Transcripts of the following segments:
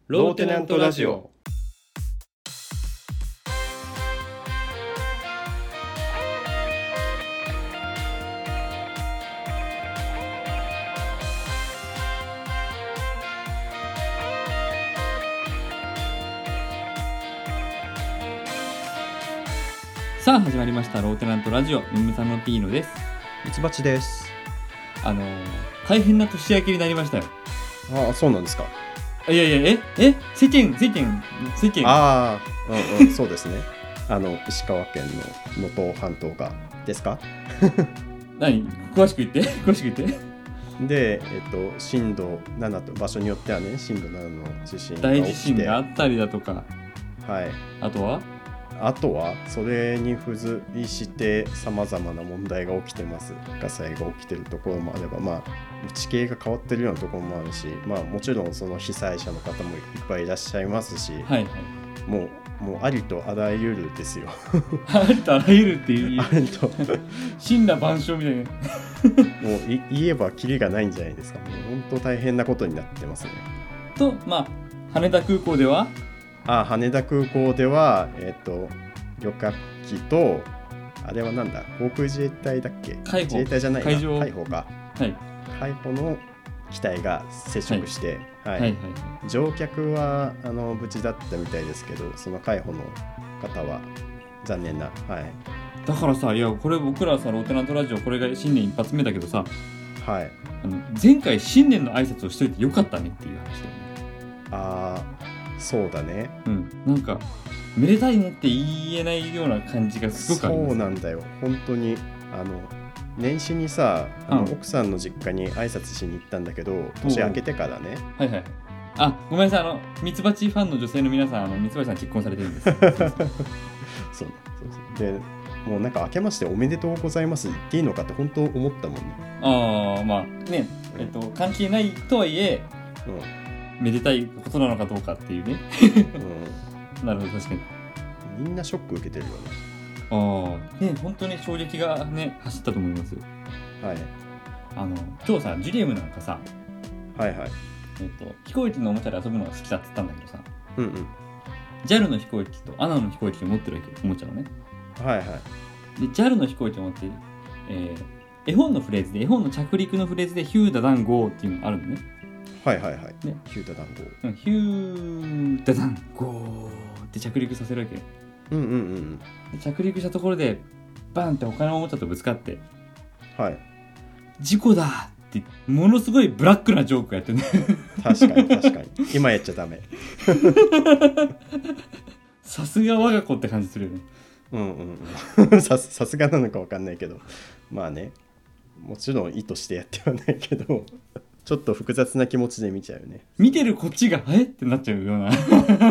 ローテナントラジオ。 さあ始まりましたローテナントラジオ、ムムサノピーノです。 ミツバチです。 大変な年明けになりましたよ。 ああ、そうなんですか。 いやいや、世間ああ、うんうん、そうですね。石川県の能登半島がですか。 何詳しく言って詳しく言って。 で、震度7と、場所によってはね、震度7の地震が起きて、 大地震があったりだとか、 はい、あとはそれに付随してさまざまな問題が起きてます。火災が起きてるところもあれば、まあ地形が変わってるようなところもあるし、まあもちろんその被災者の方もいっぱいいらっしゃいますし、 はいはい、 もうありとあらゆるですよ。 ありとあらゆるっていうありと神羅万象みたいな。 もう言えばキリがないんじゃないですか。もう本当大変なことになってますね。 と、まあ羽田空港では羽田空港では、旅客機と、あれはなんだ、航空自衛隊だっけ？自衛隊じゃないな、海保か。はい。海保の機体が接触して、はいはいはいはい、乗客は無事だったみたいですけど、その海保の方は残念な。はい。 だからさ、いやこれ僕らさ、ローテナントラジオ、これが新年一発目だけどさ、 はい。 前回新年の挨拶をしといてよかったねっていう話だよね。 ああ。そうだね。 うん、なんかめでたいねって言えないような感じがすごくあります。 そうなんだよ。本当に年始にさ、奥さんの実家に挨拶しに行ったんだけど、年明けてからね。 はいはい。あ、ごめんなさい、ミツバチファンの女性の皆さん、ミツバチさん結婚されてるんです。 そうで、もうなんか明けましておめでとうございますって言っていいのかって本当思ったもんね。 ああ、まあね、関係ないとはいえ、めでたいことなのかどうかっていうね。なるほど、確かに。 みんなショック受けてるよね。 ね、本当に衝撃がね走ったと思いますよ。 はい。 今日さ、ジュリエムなんかさ、 はいはい。 飛行機のおもちゃで遊ぶのが好きだって言ったんだけどさ、 うんうん。 JAL の飛行機と ANA の飛行機を持ってるわけ、おもちゃをね。はいはい。で JAL の飛行機を持って、絵本のフレーズで、絵本の着陸のフレーズでヒューダダンゴーっていうのがあるのね。 はいはいはい。ね、ヒューダダンゴー。 ヒューダダンゴーって着陸させるわけよ。うんうんうん。で着陸したところでバンって他のおもちゃとぶつかって、はい。事故だってものすごいブラックなジョークやってね。 確かに確かに。今やっちゃダメ。 さすが我が子って感じするよね。 うんうん。さすがなのか分かんないけど、まあね、もちろん意図してやってはないけど。ちょっと複雑な気持ちで見ちゃうよね。 見てるこっちがってなっちゃうような。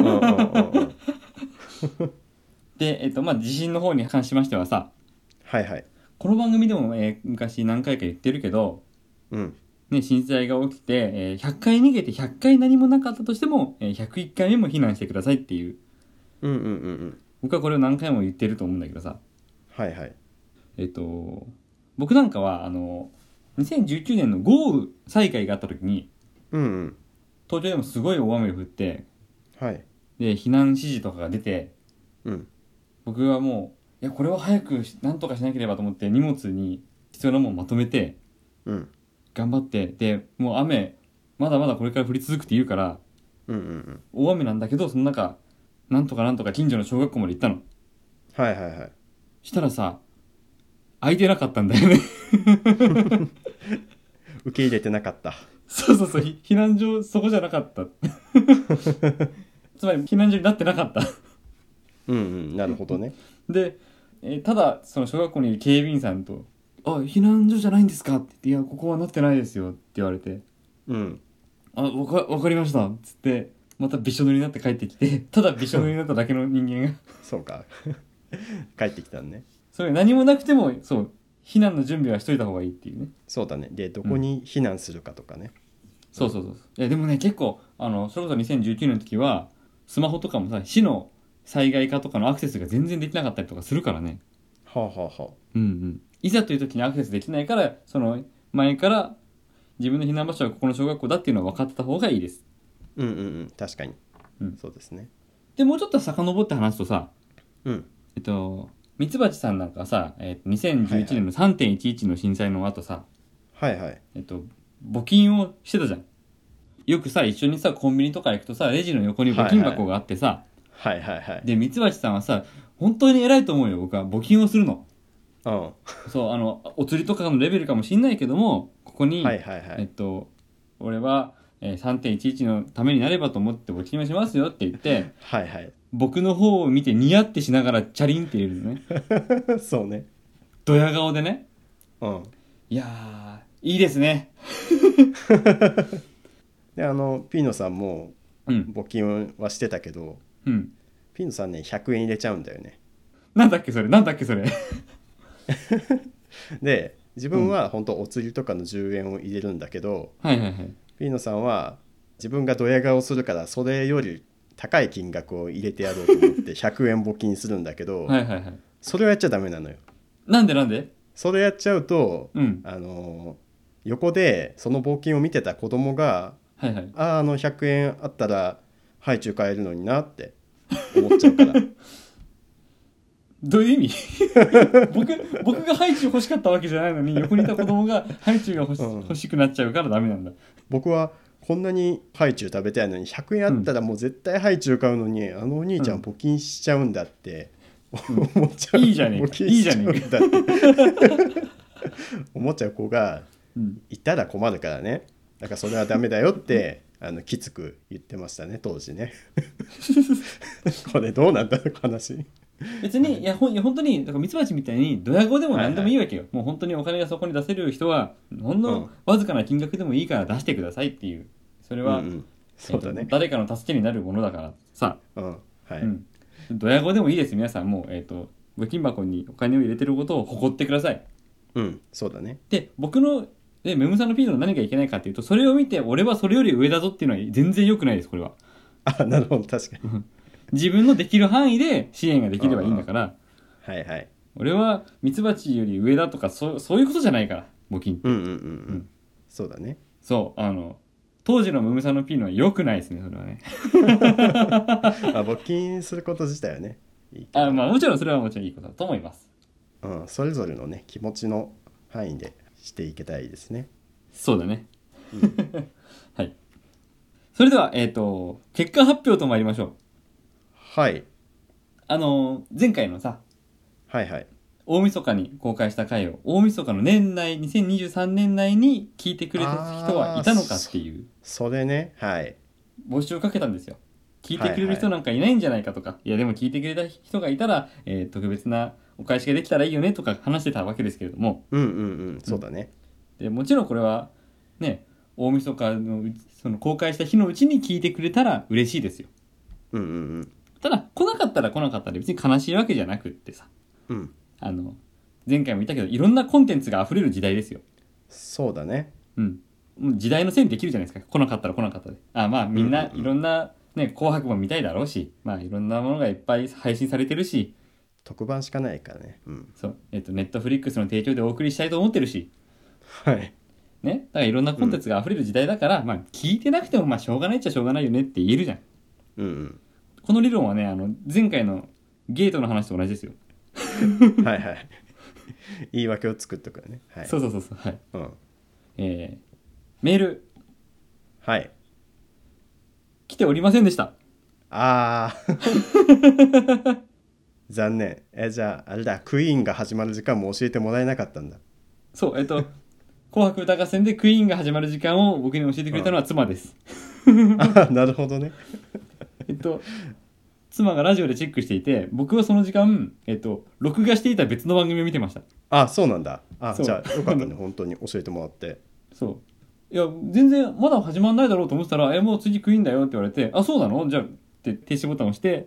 で、まあ地震の方に関しましてはさ、はいはい。この番組でも、昔何回か言ってるけど、うんね、震災が起きて、100回逃げて100回何もなかったとしても、101回目も避難してくださいっていう。僕はこれを何回も言ってると思うんだけどさ。はいはい。僕なんかは2019年の豪雨災害があった時に、東京でもすごい大雨が降って、はい、で避難指示とかが出て、僕はもういやこれは早くなんとかしなければと思って荷物に必要なものをまとめて、頑張って、でもう雨まだまだこれから降り続くって言うから、大雨なんだけどその中なんとか近所の小学校まで行ったの。はいはいはい。したらさ、空いてなかったんだよね。 受け入れてなかった。 そう避難所そこじゃなかった。つまり避難所になってなかった。 なるほどね。 で、ただその小学校にいる警備員さんと「あ、避難所じゃないんですか?」って言って「いやここはなってないですよ」って言われて「あ、わかりました」っつってまたびしょ濡れになって帰ってきて、ただびしょ濡れになっただけの人間がそうか。帰ってきたんね。 それ何もなくてもそう避難の準備はしといた方がいいっていうね。 そうだね。でどこに避難するかとかね。 そういやでもね、結構それこそ2019年の時はスマホとかもさ、市の災害課とかのアクセスが全然できなかったりとかするからね。いざという時にアクセスできないから、その前から自分の避難場所はここの小学校だっていうのは分かってた方がいいです。 確かに。 そうですね。 でもうちょっと遡って話すとさ、ミツバチさんなんかさ、2011年の 3.11 の震災の後さ、募金をしてたじゃん。よくさ、一緒にさ、コンビニとか行くとさ、レジの横に募金箱があってさ、で、ミツバチさんはさ、本当に偉いと思うよ、僕は。募金をするの。そう、お釣りとかのレベルかもしんないけども、ここに、俺は、3.11 のためになればと思って募金をしますよって言って、僕の方を見てニヤってしながらチャリンって入れるのね。そうね。 ドヤ顔でね。いやー、いいですね。 で、ピーノさんも募金はしてたけど、ピーノさんね、100円入れちゃうんだよね。 なんだっけそれで、自分は本当お釣りとかの10円を入れるんだけど、ピーノさんは自分がドヤ顔するからそれより高い金額を入れてやろうと思って100円募金するんだけど、それをやっちゃダメなのよ。 なんでそれやっちゃうと、横でその募金を見てた子供が、100円あったらハイチュウ買えるのになって思っちゃうから。 どういう意味？僕がハイチュウ欲しかったわけじゃないのに、横にいた子供がハイチュウが欲しくなっちゃうからダメなんだ。 僕はこんなにハイチュウ食べたいのに100円あったらもう絶対ハイチュウ買うのに、お兄ちゃん募金しちゃうんだって、思っちゃう。 いいじゃねえか。いいじゃねえか。 思っちゃう子がいたら困るからね。だからそれはダメだよってきつく言ってましたね、当時ね。これどうなんだろう、話。 別に、いや本当にミツバチみたいにドヤ顔でも何でもいいわけよ。もう本当にお金がそこに出せる人はほんのわずかな金額でもいいから出してくださいっていう。それは、 そうだね、 誰かの助けになるものだからさ、ドヤ顔でもいいです。皆さんもう、募金箱にお金を入れてることを誇ってください。 そうだね。 で、僕のメムさんのピーノの何がいけないかっていうと、それを見て俺はそれより上だぞっていうのは全然良くないです。これは。 なるほど、確かに。 自分のできる範囲で支援ができればいいんだから、俺はミツバチより上だとかそういうことじゃないから、募金って。 そうだね。 そう、当時のムムさんのピーノは良くないですね、それはね。 募金すること自体はね、 いい。もちろんそれはもちろんいいことだと思います。 それぞれのね、気持ちの範囲でしていけたいですね。 そうだね。はい。それでは、結果発表と参りましょう。前回のさ、大晦日に公開した回を大晦日の年内2023年内に聞いてくれた人はいたのかっていう、 それね、 募集をかけたんですよ。聞いてくれる人なんかいないんじゃないかとか、いやでも聞いてくれた人がいたら、特別なお返しができたらいいよねとか話してたわけですけれども、 そうだね。 でもちろんこれはね、大晦日のその公開した日のうちに聞いてくれたら嬉しいですよ。ただ来なかったら来なかったで別に悲しいわけじゃなくってさ、前回も言ったけどいろんなコンテンツが溢れる時代ですよ。 そうだね。 もう時代のせいにできるじゃないですか。来なかったら来なかったで。みんないろんなね、紅白も見たいだろうし、いろんなものがいっぱい配信されてるし、 特番しかないからね。 そう、ネットフリックスの提供でお送りしたいと思ってるし、ね、だからいろんなコンテンツが溢れる時代だから、聞いてなくてもしょうがないっちゃしょうがないよねって言えるじゃん。この理論はね、前回のゲートの話と同じですよ。 言い訳を作っとくからね。 そう。はい。メール。来ておりませんでした。 残念。じゃああれだ、クイーンが始まる時間も教えてもらえなかったんだ。 そう、紅白歌合戦でクイーンが始まる時間を僕に教えてくれたのは妻です。 なるほどね。 妻がラジオでチェックしていて、僕はその時間、録画していた別の番組を見てました。 そうなんだ。じゃあよかったね。本当に教えてもらって。 そう。いや全然まだ始まんないだろうと思ってたら、もう次クイーンだよって言われて、そうなの？じゃあって停止ボタンを押して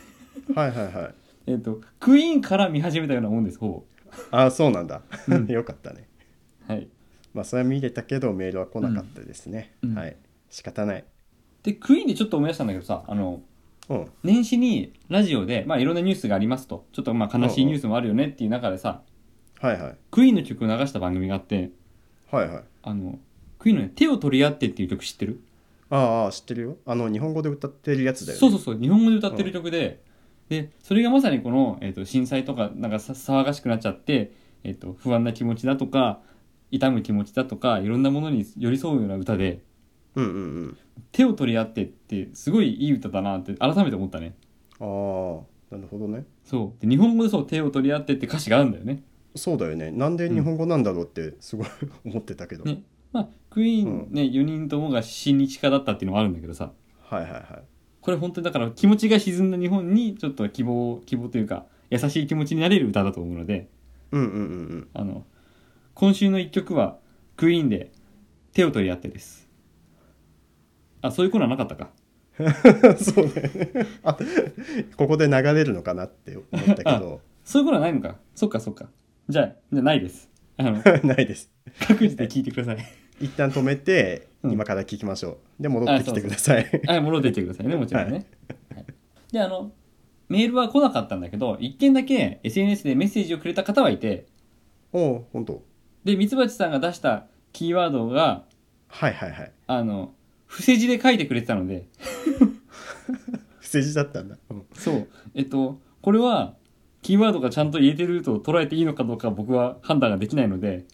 クイーンから見始めたようなもんです。ほぼ。そうなんだ。よかったね。 はい。 それは見れたけどメールは来なかったですね。仕方ない。 でクイーンでちょっと思い出したんだけどさ、年始にラジオで、いろんなニュースがありますと、ちょっと悲しいニュースもあるよねっていう中でさ、クイーンの曲を流した番組があって、クイーンの、ね、手を取り合ってっていう曲知ってる？ ああ、知ってるよ。日本語で歌ってるやつだよね。 そうそうそう、日本語で歌ってる曲で、でそれがまさにこの、震災とかなんか騒がしくなっちゃって、不安な気持ちだとか痛む気持ちだとかいろんなものに寄り添うような歌で、 うんうんうん、 手を取り合ってってすごいいい歌だなって改めて思ったね。 ああ、なるほどね。 そうで日本語でそう手を取り合ってって歌詞があるんだよね。 そうだよね。なんで日本語なんだろうってすごい思ってたけど、 ね、まあクイーンね、4人ともが親日家だったっていうのもあるんだけどさ、 はいはいはい。 これ本当にだから気持ちが沈んだ日本にちょっと希望というか優しい気持ちになれる歌だと思うので、 うんうんうんうん。 今週の一曲はクイーンで手を取り合ってです。あ、そういうコーナーなかったか。 そうね。あ、ここで流れるのかなって思ったけど。 そういうコーナーないのか。そっかそっか。じゃあないです。 ないです。 各自で聞いてください。 一旦止めて、今から聞きましょう。で、戻ってきてください。 はい、戻ってきてくださいね、もちろんね。はい、で、メールは来なかったんだけど、一件だけ SNS でメッセージをくれた方はいて、 おう、本当。 で、ミツバチさんが出したキーワードが、 はいはいはい。 伏せ字で書いてくれてたので。 伏せ字だったんだ。 うん、そう。これは、キーワードがちゃんと言えてると捉えていいのかどうか僕は判断ができないので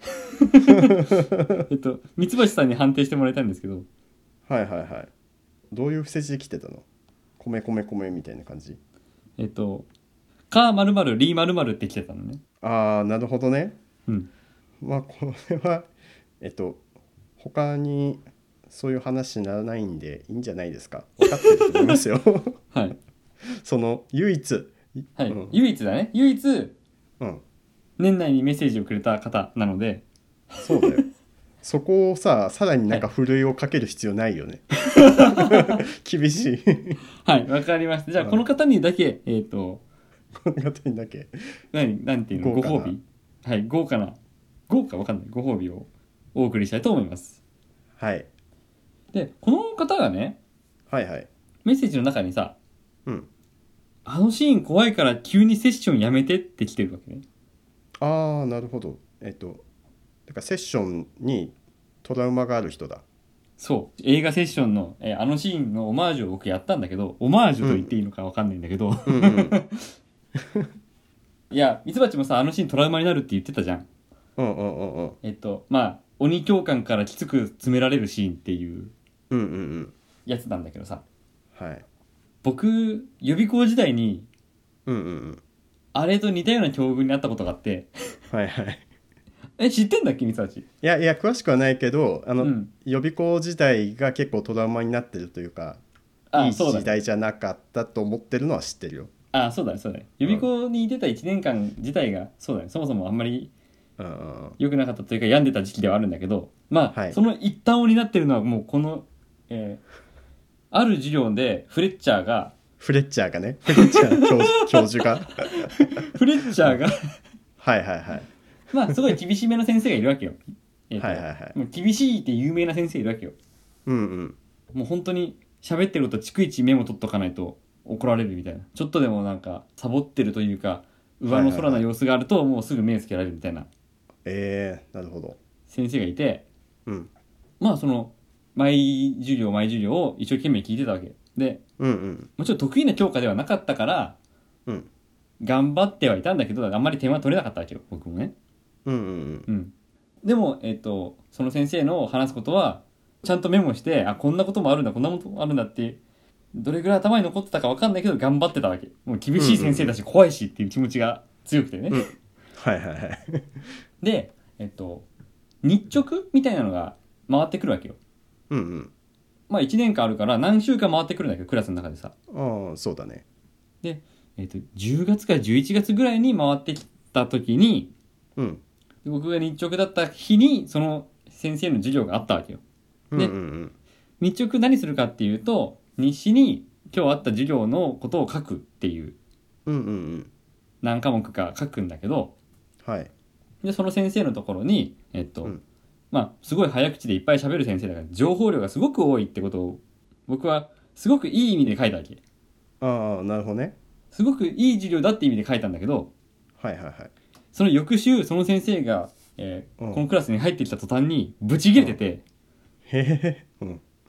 ミツバチさんに判定してもらいたいんですけど。 はいはいはい。どういう伏せ字で来てたの？米米米みたいな感じ？ か〇〇リー〇〇って来てたのね。 ああ、なるほどね。 うん。 まあこれは他にそういう話にならないんでいいんじゃないですか。分かってると思いますよ。 はい。 その唯一、 はい、うん、唯一だね。唯一、 うん、 年内にメッセージをくれた方なので。 そうだよ。そこをさらになんかふるいをかける必要ないよね。厳しい。 はい、わかりました。じゃあこの方にだけこの方にだけなんていうの、ご褒美、はい、豪華わかんないご褒美をお送りしたいと思います。 はい。 でこの方がね、 はいはい、 メッセージの中にさ、 うん、 あのシーン怖いから急にセッションやめてって来てるわけね。 ああ、なるほど。だからセッションにトラウマがある人だ。 そう映画セッションの、あのシーンのオマージュを僕やったんだけど、オマージュと言っていいのか分かんないんだけど、うんうん、いやミツバチもさあのシーントラウマになるって言ってたじゃん。 うんうんうんうん。 まあ鬼教官からきつく詰められるシーンっていうやつなんだけどさ、 はい、 僕予備校時代に、 うんうんうん、 あれと似たような境遇にあったことがあってはいはい知ってんだっけミツバチ？ いや詳しくはないけど予備校時代が結構トラウマになってるというか、いい時代じゃなかったと思ってるのは知ってるよ。 あ、そうだねそうだね。予備校にいてた1年間自体がそうだね、そもそもあんまり良くなかったというか病んでた時期ではあるんだけど、まあ、はい、その一端を担ってるのはもうこの、ある授業でフレッチャーがねフレッチャー教授がフレッチャーがはいはいはい、 まあすごい厳しめの先生がいるわけよ。 はいはいはい、 もう厳しいって有名な先生いるわけよ。 うんうん、 もう本当に喋ってること逐一メモ取っとかないと怒られるみたいな、ちょっとでもなんかサボってるというか上の空の様子があるともうすぐ目つけられるみたいな、 なるほど先生がいて、 うん、 まあその毎授業を一生懸命聞いてたわけで、 うんうん、 もちろん得意な教科ではなかったから、 うん、 頑張ってはいたんだけどあんまり点は取れなかったわけよ僕もね。 うんうんうん、 うん、でもその先生の話すことはちゃんとメモして、あこんなこともあるんだこんなこともあるんだってどれぐらい頭に残ってたか分かんないけど頑張ってたわけ。もう厳しい先生だし怖いしっていう気持ちが強くてね、 はいはいはいで日直みたいなのが回ってくるわけよ。 うんうん、 まあ1年間あるから何週間回ってくるんだけどクラスの中でさ。 ああそうだね。 で、10月から11月ぐらいに回ってきた時に、 うん、 僕が日直だった日にその先生の授業があったわけよ。で、うんうんうん、日直何するかっていうと日誌に今日あった授業のことを書くっていう、 うんうんうん、 何科目か書くんだけど、 はい、 でその先生のところにまあすごい早口でいっぱい喋る先生だから情報量がすごく多いってことを僕はすごくいい意味で書いたわけ。 ああなるほどね。 すごくいい授業だって意味で書いたんだけど、 はいはいはい、 その翌週その先生が、このクラスに入ってきた途端にブチ切れてて、 へえ、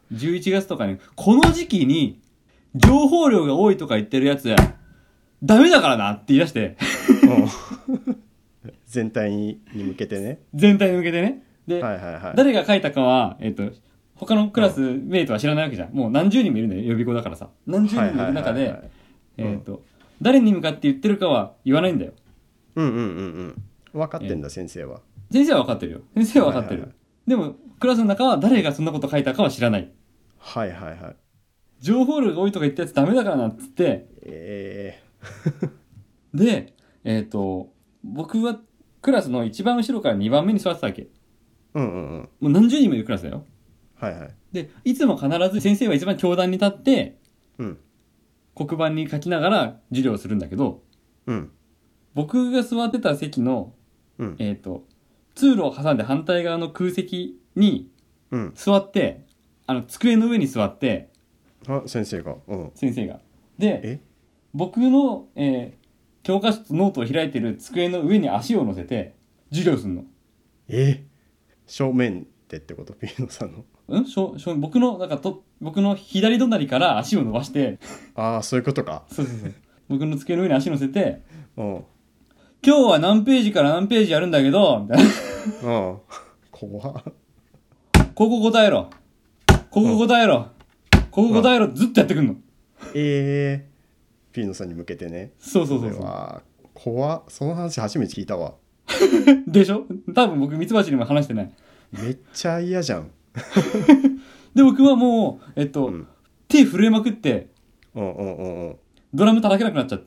11月とかに、この時期に情報量が多いとか言ってるやつダメだからなって言い出して全体に向けてね。 全体に向けてね。で、はいはいはい、誰が書いたかは他のクラスメイトは知らないわけじゃん。もう何十人もいるんだよ、予備校だからさ。何十人もいる中で誰に向かって言ってるかは言わないんだよ。 うんうんうんうん分かってんだ、先生は。 先生は分かってるよ。先生は分かってる、はいはいはい、でもクラスの中は誰がそんなこと書いたかは知らない。 はいはいはい。 情報量が多いとか言ったやつダメだからなっつってで僕はクラスの一番後ろから2番目に座ってたわけ。 うんうんうん。 もう何十人もいるクラスだよ。 はいはい。 でいつも必ず先生は一番教壇に立って、 うん、 黒板に書きながら授業をするんだけど、 うん、 僕が座ってた席の、 うん、 通路を挟んで反対側の空席に座って、机の上に座って、 先生が、 先生がで僕の、教科書とノートを開いてる机の上に足を乗せて授業するの。 正面でってこと？ピーノさんの僕の左隣から足を伸ばして、 ああそういうことか。 そう僕の机の上に足乗せて、今日は何ページから何ページやるんだけどみたいな怖っ。 ここ答えろここ答えろここ答えろずっとやってくんの。 ピーノさんに向けてね。 そう怖っ。その話初めて聞いたわでしょ。多分僕ミツバチにも話してない。 めっちゃ嫌じゃんで僕はもう手震えまくって、ドラム叩けなくなっちゃって、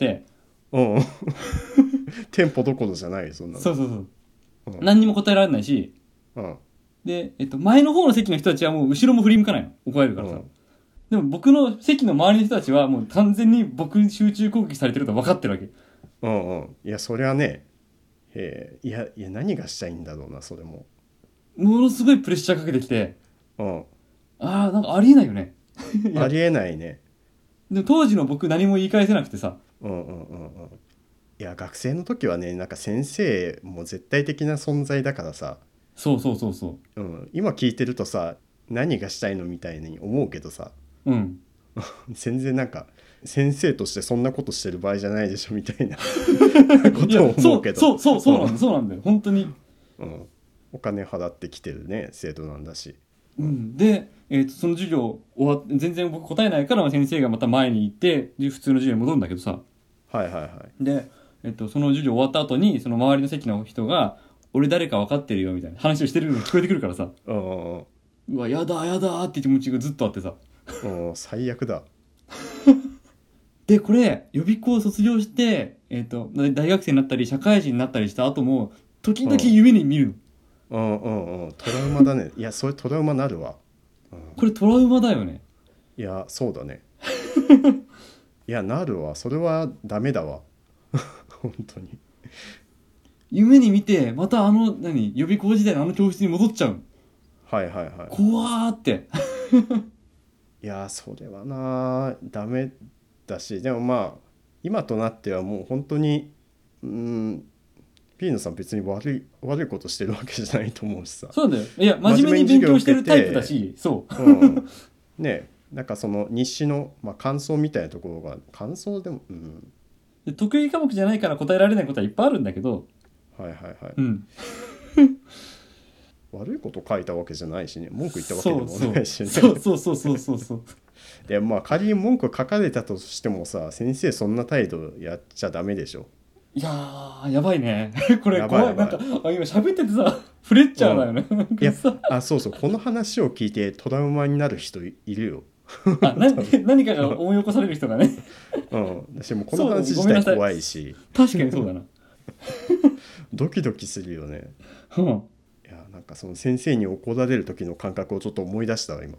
テンポどころじゃないそんなの。 そう、何にも答えられないし、で前の方の席の人たちはもう後ろも振り向かないの、怒られるからさ。でも僕の席の周りの人たちはもう完全に僕に集中攻撃されてると分かってるわけ。 いやそれはね、いや何がしたいんだろうな。それもものすごいプレッシャーかけてきて、なんかありえないよねありえないね。 でも当時の僕何も言い返せなくてさ、 いや学生の時はね、なんか先生も絶対的な存在だからさ。 そう、 今聞いてるとさ、何がしたいのみたいに思うけどさ、全然なんか先生としてそんなことしてる場合じゃないでしょみたいなことを思うけどそうなんだよ本当に、 お金払ってきてるね生徒なんだし、 で、その授業終わって全然僕答えないから先生がまた前に行って普通の授業に戻るんだけどさ、で、その授業終わった後にその周りの席の人が俺誰か分かってるよみたいな話をしてるのが聞こえてくるからさうわやだって気持ちがずっとあってさ最悪だでこれ予備校を卒業して、大学生になったり社会人になったりした後も時々夢に見るの。トラウマだねいやそれトラウマなるわ、 これトラウマだよね。 いやそうだねいやなるわ。それはダメだわ本当に夢に見てまた予備校時代の教室に戻っちゃう。怖ーっていやそれはなダメだし、でもまあ今となってはもう本当にピーノさん別に悪いことしてるわけじゃないと思うしさ。 そうだよ。いや真面目に勉強してるタイプだし、 ね、なんかその日誌の、感想みたいなところが感想でも、 得意科目じゃないから答えられないことはいっぱいあるんだけど、 悪いこと書いたわけじゃないしね、文句言ったわけでもないしね。 そうで仮に文句書かれたとしてもさ、先生そんな態度やっちゃダメでしょ。 いやーやばいねこれ怖い。なんか今喋っててさフレッチャーだよね、 いやそうこの話を聞いてトラウマになる人いるよ何かが思い起こされる人がね私もこの話自体怖いし、 確かにそうだなドキドキするよね。いやなんかその先生に怒られる時の感覚をちょっと思い出したわ今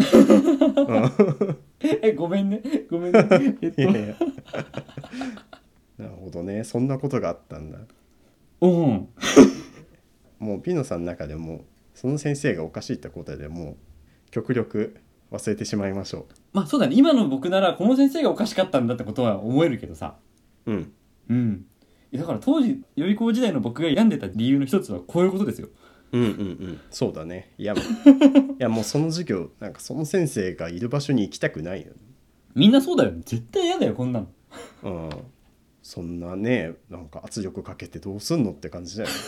ごめんねいやなるほどね、そんなことがあったんだ。もうピノさんの中でもその先生がおかしいってことでもう極力忘れてしまいましょう。そうだね、今の僕ならこの先生がおかしかったんだってことは思えるけどさ。だから当時予備校時代の僕が病んでた理由の一つはこういうことですよ。 うんうんうん、そうだね。いやもうその授業なんかその先生がいる場所に行きたくないよね。 みんなそうだよ。絶対嫌だよこんなの。 うん、そんなねなんか圧力かけてどうすんのって感じだよね。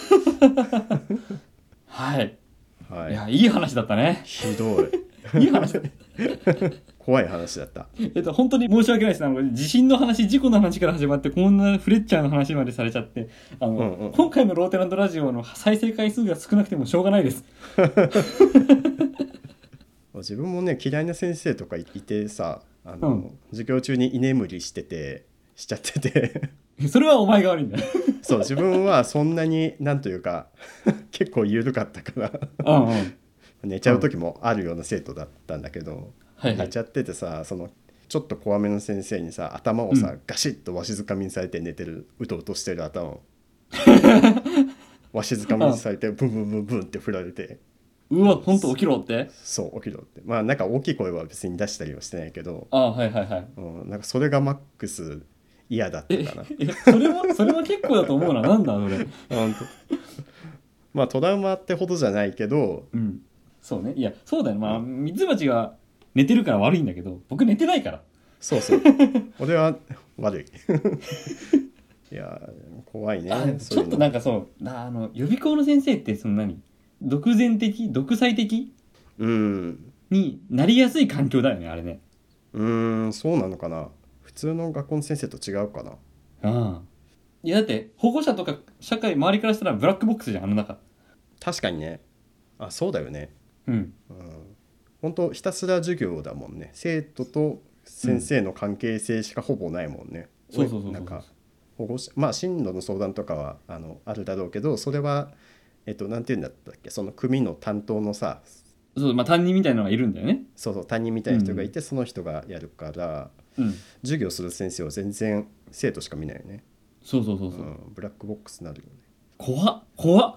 はい、 はい、 いやいい話だったね。 ひどいい話だ怖い話だった。 本当に申し訳ないです。地震の話、事故の話から始まってこんなフレッチャーの話までされちゃって、今回のローテナントラジオの再生回数が少なくてもしょうがないです。 自分もね嫌いな先生とかいてさ、授業中に居眠りしちゃっててそれはお前が悪いんだよ。 そう、自分はそんなになんというか結構緩かったから寝ちゃう時もあるような生徒だったんだけど、寝ちゃっててさ、そのちょっと怖めの先生にさ頭をさ、ガシッとわしづかみにされて寝てるうとうとしてる頭をわしづかみにされてブンブンブンブンって振られて、 うわ本当起きろって。 そう起きろって、まあなんか大きい声は別に出したりはしてないけど、なんかそれがマックス嫌だったかな。 それは結構だと思うな。なんだそれ。 まあトラウマってほどじゃないけど、 そうね。いやそうだよ。まあミツバチが寝てるから悪いんだけど、僕寝てないから。 そう俺は悪い。いや怖いね。 ちょっとなんかそう予備校の先生ってその独裁的になりやすい環境だよねあれね。 そうなのかな。普通の学校の先生と違うかな。 いやだって保護者とか社会周りからしたらブラックボックスじゃん、あの中。 確かにね。そうだよね。本当ひたすら授業だもんね。生徒と先生の関係性しかほぼないもんね。なんか保護者、まあ進路の相談とかはあるだろうけど、それはなんていうんだったっけ、その組の担当のさ、 担任みたいなのがいるんだよね。 そう担任みたいな人がいて、その人がやるから、授業する先生は全然生徒しか見ないよね。ブラックボックスになるよね。 怖っ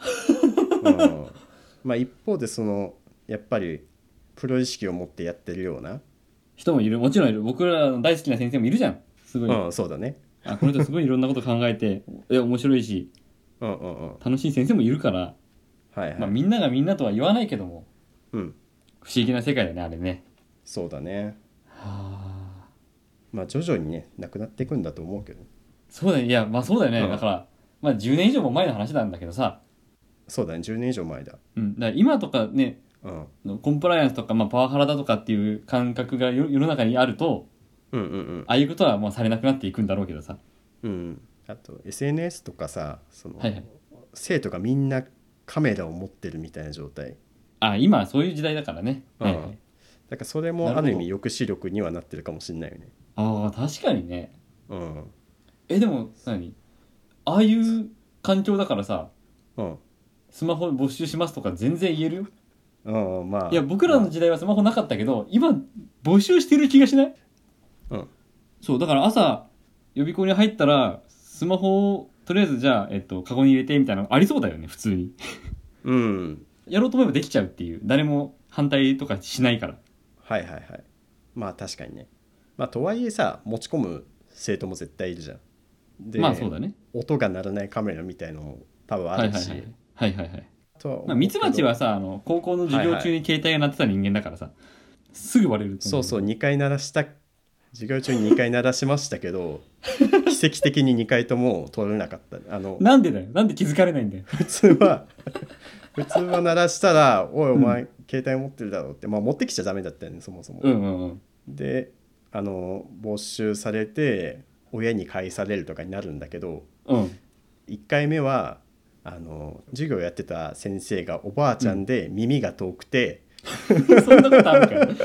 まあ一方でやっぱりプロ意識を持ってやってるような人もいる。もちろんいる。僕らの大好きな先生もいるじゃん。すごい。 そうだね。 この人すごいいろんなこと考えて面白いし、楽しい先生もいるから、まあ、みんながみんなとは言わないけども、不思議な世界だねあれね。 そうだね。まあ徐々にねなくなっていくんだと思うけど。 そうだね。いやまあそうだよね。だからまあ10年以上も前の話なんだけどさ。 そうだね、10年以上前だ。 だから今とかね、コンプライアンスとか、パワハラだとかっていう感覚が世の中にあると、ああいうことはもうされなくなっていくんだろうけどさ。 あと SNS とかさ、生徒がみんなカメラを持ってるみたいな状態。 今はそういう時代だからね。 だからそれもある意味抑止力にはなってるかもしれないよね。 確かにね。でもああいう環境だからさ、スマホ没収しますとか全然言えるよ。いや僕らの時代はスマホなかったけど、今募集してる気がしない？そうだから朝予備校に入ったらスマホをとりあえずじゃあ、カゴに入れてみたいなのありそうだよね普通に。やろうと思えばできちゃうっていう、誰も反対とかしないから。まあ確かにね。まあとはいえさ、持ち込む生徒も絶対いるじゃん。でまあそうだね。音が鳴らないカメラみたいのも多分あるし。ミツバチはさ高校の授業中に携帯が鳴ってた人間だからさ、すぐ割れる。2回鳴らした授業中に2回鳴らしましたけど奇跡的に2回とも取れなかった。なんでだよ。なんで気づかれないんだよ。普通は鳴らしたらおいお前、携帯持ってるだろうって、持ってきちゃダメだったよねそもそも。で没収されて親に返されるとかになるんだけど、1回目は授業やってた先生がおばあちゃんで耳が遠くて、そんなことあるかい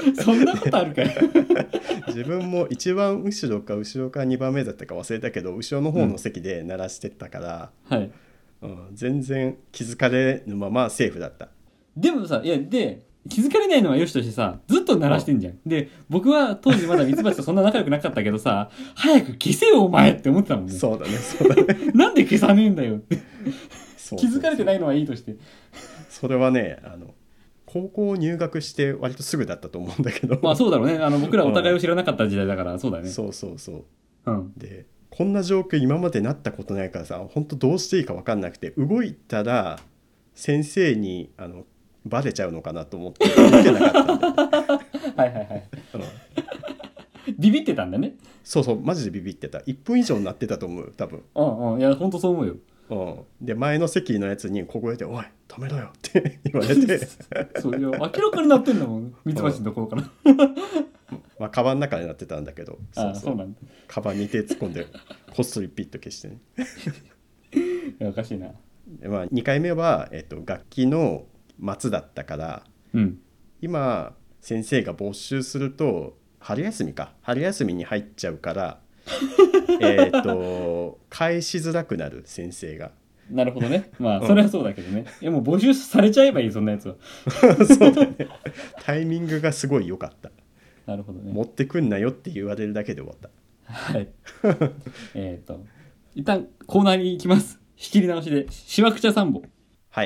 自分も一番後ろか2番目だったか忘れたけど後ろの方の席で鳴らしてたから、全然気づかれぬままセーフだった。でもさ、気づかれないのはよしとしてさ、ずっと鳴らしてんじゃん。で僕は当時まだミツバチとそんな仲良くなかったけどさ早く消せよお前って思ってたもんね。そうだねなんで消さねえんだよって気づかれてないのはいいとして、それはね高校入学して割とすぐだったと思うんだけどそうだろうね。僕らお互いを知らなかった時代だから、そうだよね。そう、でこんな状況今までなったことないからさ、本当どうしていいか分かんなくて、動いたら先生にバレちゃうのかなと思って見てなかったんではいはいはい。ビビってたんだね。 そうそう、マジでビビってた。1分以上になってたと思う多分。 うんうん、いや本当そう思うよ。 で前の席のやつに小声で「おい止めろよ」って言われてそういや明らかになってんだもん、ミツバチのところからまあカバンの中になってたんだけど、 そうなんだ。 カバンに手突っ込んでこっそりピッと消してねいやおかしいな。 まあ、2回目は、楽器の末だったから、 うん、 今先生が没収すると春休みに入っちゃうから返しづらくなる先生が。 なるほどね。まあそれはそうだけどね、いやもう募集されちゃえばいい、そんなやつはそうだね、タイミングがすごい良かった。 なるほどね。 持ってくんなよって言われるだけで終わった。 はい一旦コーナーに行きます。仕切り直しでしわくちゃ3本。 はい。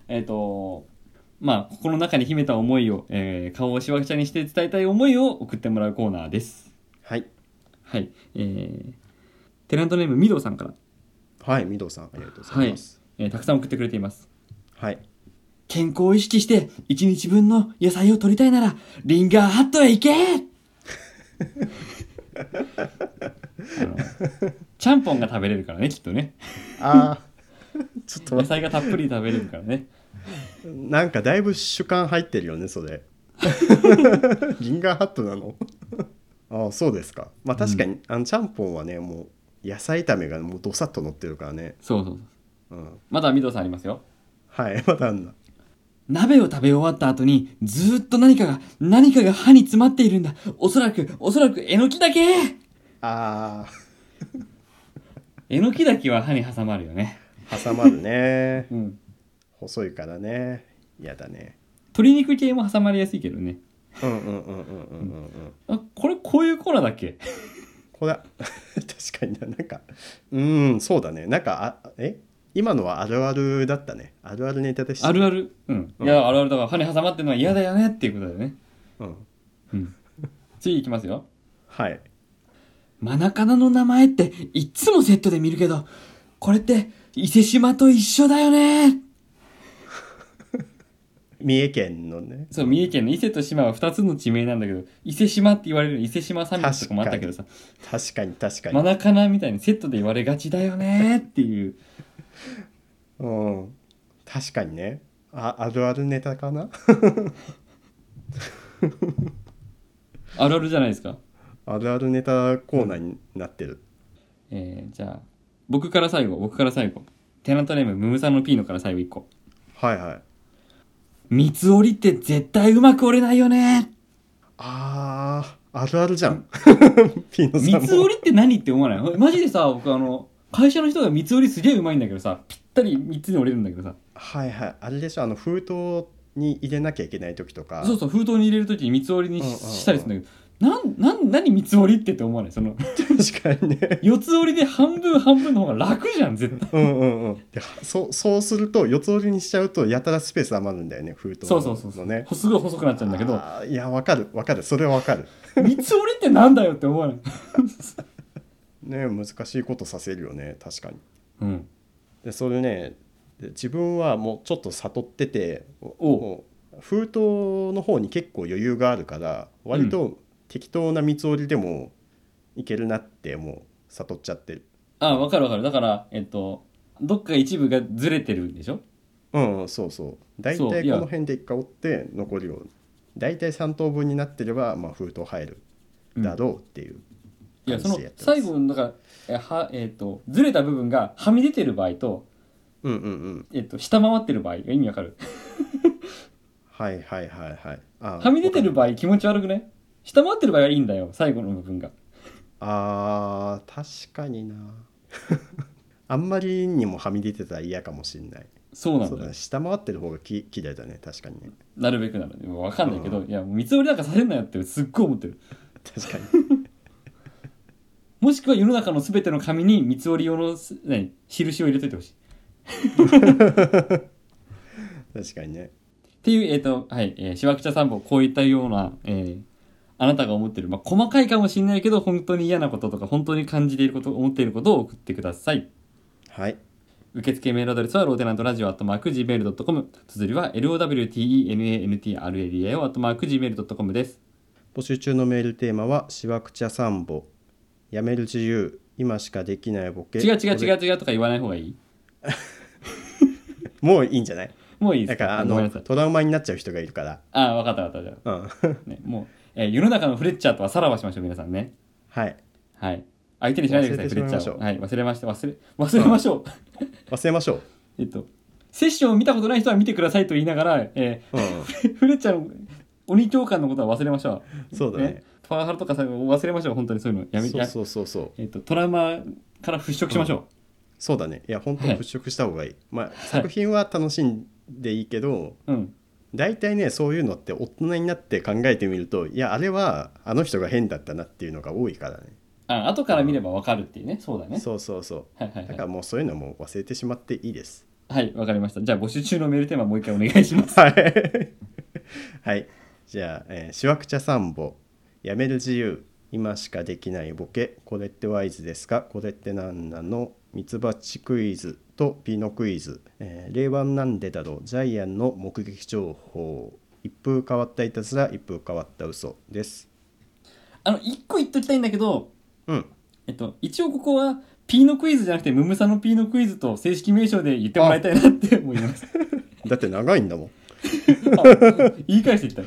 まあ心の中に秘めた思いを、顔をしわくちゃにして伝えたい思いを送ってもらうコーナーです。 はいはい。テナントネームみどうさんから。 はい、みどうさんありがとうございます。 はい、たくさん送ってくれています。 はい。 健康を意識して1日分の野菜を取りたいならリンガーハットへ行けちゃんぽんが食べれるからね、きっとね。 ああちょっと野菜がたっぷり食べれるからね。 なんかだいぶ主観入ってるよねそれリンガーハットなのああそうですか。まあ確かに、ちゃんぽんはねもう野菜炒めがもうどさっと乗ってるからね。 そうそうそう、まだみどさんありますよ。 はいまだあんだ。 鍋を食べ終わった後にずっと何かが歯に詰まっているんだ。おそらくえのきだけ。 ああえのきだけは歯に挟まるよね。 挟まるね、細いからね。嫌だね。 鶏肉系も挟まりやすいけどね。あ、こういうコーナーだっけこれ確かになんかそうだね。なんか今のはあるあるだったね。あるあるネタでした、ね、 あるある。いやあるあるだから歯に挟まってるのは嫌だよねっていうことだよね。次いきますよ。 はい。 マナカナの名前っていっつもセットで見るけど、これって伊勢志摩と一緒だよね。 三重県のね。 そう、三重県の伊勢と志摩は2つの地名なんだけど、伊勢志摩って言われる伊勢志摩サミットとかもあったけどさ、 確かにマナカナみたいにセットで言われがちだよねっていう確かにね。あるあるネタかなあるあるじゃないですか。 あるあるネタコーナーになってる。 じゃあ僕から最後テナントネームムムサノピーノから最後1個。 はいはい。 三つ折りって絶対うまく折れないよね。 あるあるじゃんピーノさんも三つ折りって何って思わない？マジでさ、僕会社の人が三つ折りすげえうまいんだけどさ、ぴったり3つに折れるんだけどさ。 はいはい。あれでしょ、封筒に入れなきゃいけない時とか。 そうそう、封筒に入れる時に三つ折りにしたりするんだけど、何三つ折りって思わない？確かにね。 四つ折りで半分の方が楽じゃん絶対。 でそうすると四つ折りにしちゃうとやたらスペース余るんだよね、封筒のね。 そうすごい細くなっちゃうんだけど。 いやわかるそれはわかる。 三つ折りってなんだよって思わない？ ね、難しいことさせるよね、確かに。でそれね、自分はもうちょっと悟ってて、封筒の方に結構余裕があるから割と適当な三つ折りでもいけるなってもう悟っちゃってる。 わかるだからどっか一部がずれてるんでしょ。 そう大体この辺で一回折って残りを大体3等分になってれば、まあ、封筒入るだろうっていう感じでやってます。いや、 その最後のだからずれた部分がはみ出てる場合と、下回ってる場合が意味わかる？ はいはみ出てる場合気持ち悪くね？下回ってる場合はいいんだよ、最後の部分が。 確かになあんまりにもはみ出てたら嫌かもしんない。 そうなんだよ。 下回ってる方が綺麗だね、確かにね。 なるべくならね、分かんないけど、いや三つ折りなんかさせんなよってすっごい思ってる。 確かにもしくは世の中の全ての紙に三つ折り用の印を入れといてほしい確かにね。 っていうしわくちゃ3本、こういったような、あなたが思ってる、細かいかもしれないけど本当に嫌なこととか本当に感じていること、思っていることを送ってください。 はい。 受付メールアドレスはローテナントラジオ@gmail.com、綴りは LOWTENANTRADIO@gmail.com です。 募集中のメールテーマはしわくちゃサンボ、やめる自由、今しかできないボケ。 違うとか言わない方がいいもういいんじゃない？ もういいですか。だからトラウマになっちゃう人がいるから。 ああ、分かったじゃあ、ね、もう、世の中のフレッチャーとはさらばしましょう皆さんね。 はい相手にしないでください、フレッチャーを。忘れましょう。忘れましょう。セッションを見たことない人は見てくださいと言いながら、フレッチャーの鬼教官のことは忘れましょう。そうだね。 パワハラとかさ忘れましょう。本当にそういうのやめて。 そう。 トラウマから払拭しましょう。 そうだね。いや本当に払拭した方がいい。作品は楽しんでいいけど、大体ねそういうのって大人になって考えてみると、いやあれはあの人が変だったなっていうのが多いからね。 後から見れば分かるっていうね。そうだね。 そう。だからもうそういうのも忘れてしまっていいです。 はい、わかりました。じゃあ募集中のメールテーマもう一回お願いします。 はい。じゃあ、しわくちゃサンボ、やめる自由、今しかできないボケ、これってワイズですか、これって何なの、ミツバチクイズとピノクイズ、令和なんでだろう、ジャイアンの目撃情報、一風変わったいたずら、一風変わった嘘です。 一個言っときたいんだけど、一応ここはピーノクイズじゃなくてムムサのピーノクイズと正式名称で言ってもらいたいなって思います。 だって長いんだもん。 言い返してきた。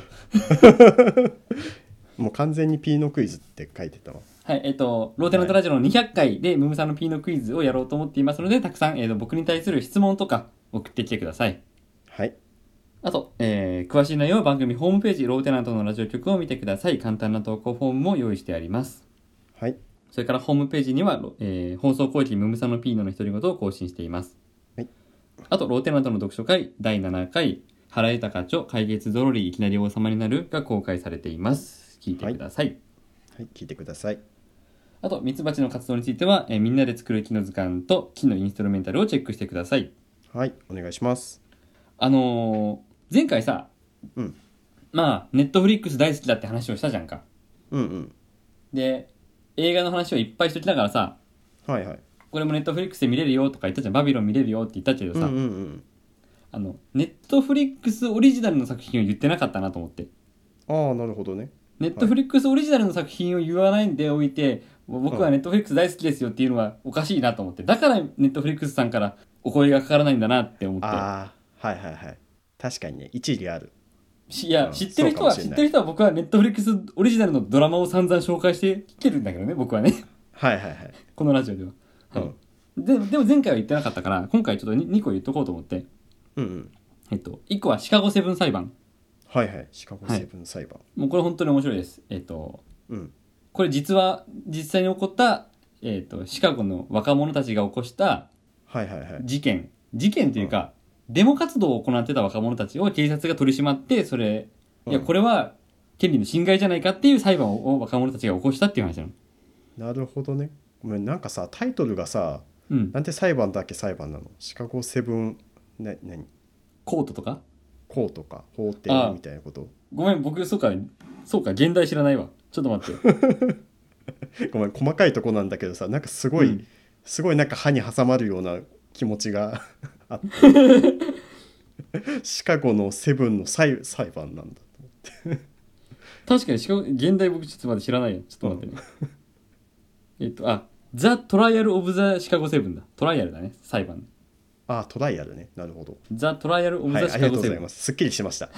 もう完全にピーノクイズって書いてたわ。 はい、ローテナントラジオの200回でムムサのピーノクイズをやろうと思っていますので、たくさん、僕に対する質問とか送ってきてください。 はい。 あと、詳しい内容は番組ホームページローテナントのラジオ局を見てください。簡単な投稿フォームも用意してあります。 はい。 それからホームページには、放送後期ムムサのピーノの独り言を更新しています。 はい。 あと、ローテナントの読書会第7回、原豊著解決ぞろりいきなり王様になるが公開されています。聞いてください。 はい、聞いてください。 あと、ミツバチの活動については、みんなで作る木の図鑑と木のインストルメンタルをチェックしてください。 はい、お願いします。 前回さ、ネットフリックス大好きだって話をしたじゃんか。で、映画の話をいっぱいしときながらさ、これもネットフリックスで見れるよとか言ったじゃん。バビロン見れるよって言ったけどさ、ネットフリックスオリジナルの作品を言ってなかったなと思って。 ああ、なるほどね。 ネットフリックスオリジナルの作品を言わないでおいて、僕はネットフリックス大好きですよっていうのはおかしいなと思って。だからネットフリックスさんからお声がかからないんだなって思って。 確かにね、一理ある。 いや、知ってる人は僕はネットフリックスオリジナルのドラマを散々紹介してきてるんだけどね、僕はね。このラジオでは。でも前回は言ってなかったから、今回ちょっと 2個言っとこうと思って。1個はシカゴセブン裁判。 シカゴセブン裁判。 もうこれ本当に面白いです。これ実際に起こった、シカゴの若者たちが起こした事件というか、デモ活動を行ってた若者たちを警察が取り締まって、いやこれは権利の侵害じゃないかっていう裁判を若者たちが起こしたっていう話なの。 なるほどね。ごめん、なんかさタイトルがさ、なんて裁判だっけ、裁判なの。シカゴセブン何コートとか法廷みたいなこと。 ごめん、僕そうか現代知らないわ。ちょっと待ってごめん、細かいとこなんだけどさ、なんかすごいなんか歯に挟まるような気持ちがあってシカゴのセブンの裁判なんだと思って確かに現代僕ちょっとまだ知らないよ。ちょっと待ってね。ザ・トライアル・オブ・ザ・シカゴセブンだ。トライアルだね、裁判。 トライアルね。なるほど。 ザ・トライアル・オブ・ザ・シカゴセブン。 ありがとうございます。すっきりしました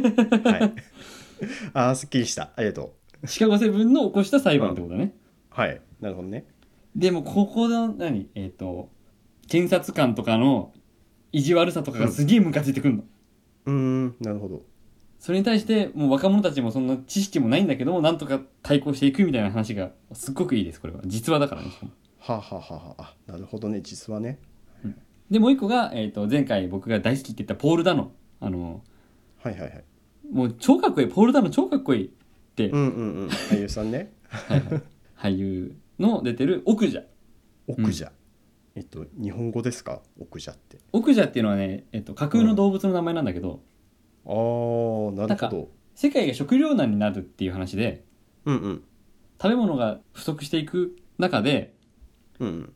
すっきりした。ありがとう。シカゴセブンの起こした裁判ってことだね。 なるほどね。 でもここの検察官とかの意地悪さとかがすげえムカついてくるの。なるほど。 それに対してもう若者たちもそんな知識もないんだけども、なんとか対抗していくみたいな話がすっごくいいです。これは実話だからね。 なるほどね、実話ね。 でもう一個が、前回僕が大好きって言ったポール・ダノ。もう超かっこいい。ポール・ダノ超かっこいいって。 俳優さんね。 俳優の出てる奥者。 日本語ですか、奥者って。 奥者っていうのはね、架空の動物の名前なんだけど、 なるほど。 世界が食糧難になるっていう話で、食べ物が不足していく中で、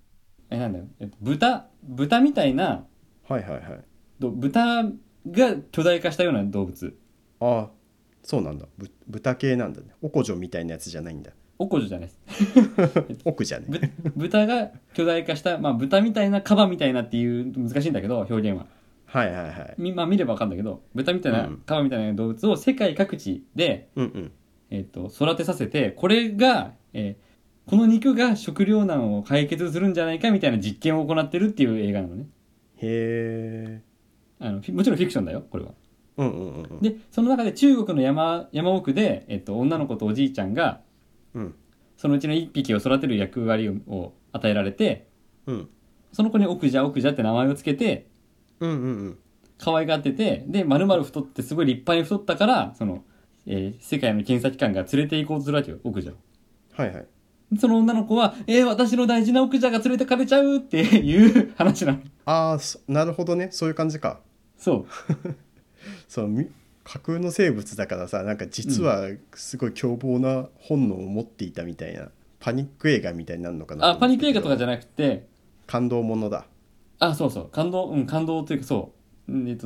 なんだよ、豚みたいな、 はいはいはい。 豚が巨大化したような動物。 ああ、そうなんだ。豚系なんだね。おこじょみたいなやつじゃないんだ。 おこじょじゃないです。 奥じゃね。 豚が巨大化した、まあ豚みたいな、カバみたいなっていう難しいんだけど表現は。 はいはいはい。 まあ見れば分かるんだけど、豚みたいな、カバみたいな動物を世界各地で、育てさせて、これが、この肉が食糧難を解決するんじゃないかみたいな実験を行ってるっていう映画なのね。 へえ。もちろんフィクションだよこれは。でその中で中国の山奥で、女の子とおじいちゃんが、そのうちの一匹を育てる役割を与えられて、その子に奥じゃって名前をつけて、可愛がってて、で丸々太ってすごい立派に太ったから、その、世界の検査機関が連れて行こうとするわけよ、奥じゃ。 はいはい。 その女の子は私の大事な奥じゃが連れてかれちゃうっていう話なの。 ああ、なるほどね、そういう感じか。 そうそう架空の生物だからさ、なんか実はすごい凶暴な本能を持っていたみたいな、パニック映画みたいになるのかな。 パニック映画とかじゃなくて感動ものだ。 そうそう、感動というか、そう、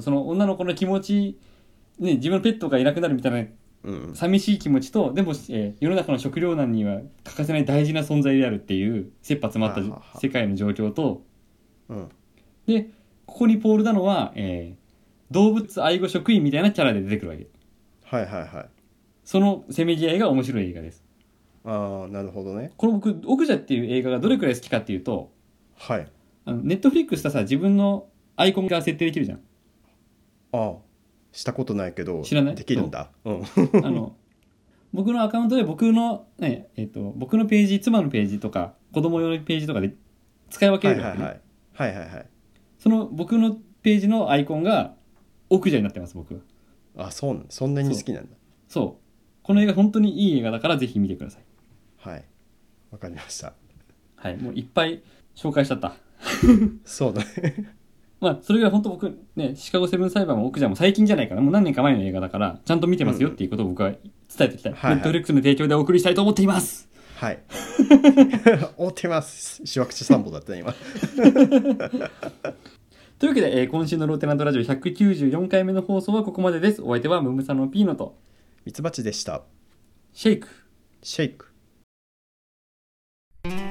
その女の子の気持ち、ね、自分のペットがいなくなるみたいな寂しい気持ちと、でも、世の中の食糧難には欠かせない大事な存在であるっていう切羽詰まった世界の状況と、でここにポール・ダノは、動物愛護職員みたいなキャラで出てくるわけ。 はいはいはい。 そのせめぎ合いが面白い映画です。 ああ、なるほどね。 この僕オクジャっていう映画がどれくらい好きかっていうと、 はい、 ネットフリックスさ、自分のアイコンが設定できるじゃん。 ああ、したことないけど知らない？ できるんだ。 僕のアカウントで僕のページ、妻のページとか子供用のページとかで使い分けるわけね。 はいはいはい。 その僕のページのアイコンがオクジャになってます、僕は。 あ、そんなに好きなんだ。 そうこの映画本当にいい映画だからぜひ見てください。 はい、わかりました。 はい、もういっぱい紹介しちゃったそうだねまあそれぐらい本当僕ね、シカゴセブン裁判もオクジャも最近じゃないかな、もう何年か前の映画だからちゃんと見てますよっていうことを僕は伝えていきたい。ネットフリックスの提供でお送りしたいと思っています。 はい追ってます。しわくち3本だったね今というわけで、今週のローテナントラジオ194回目の放送はここまでです。お相手はムムサノピーノとミツバチでした。 シェイク。 シェイク。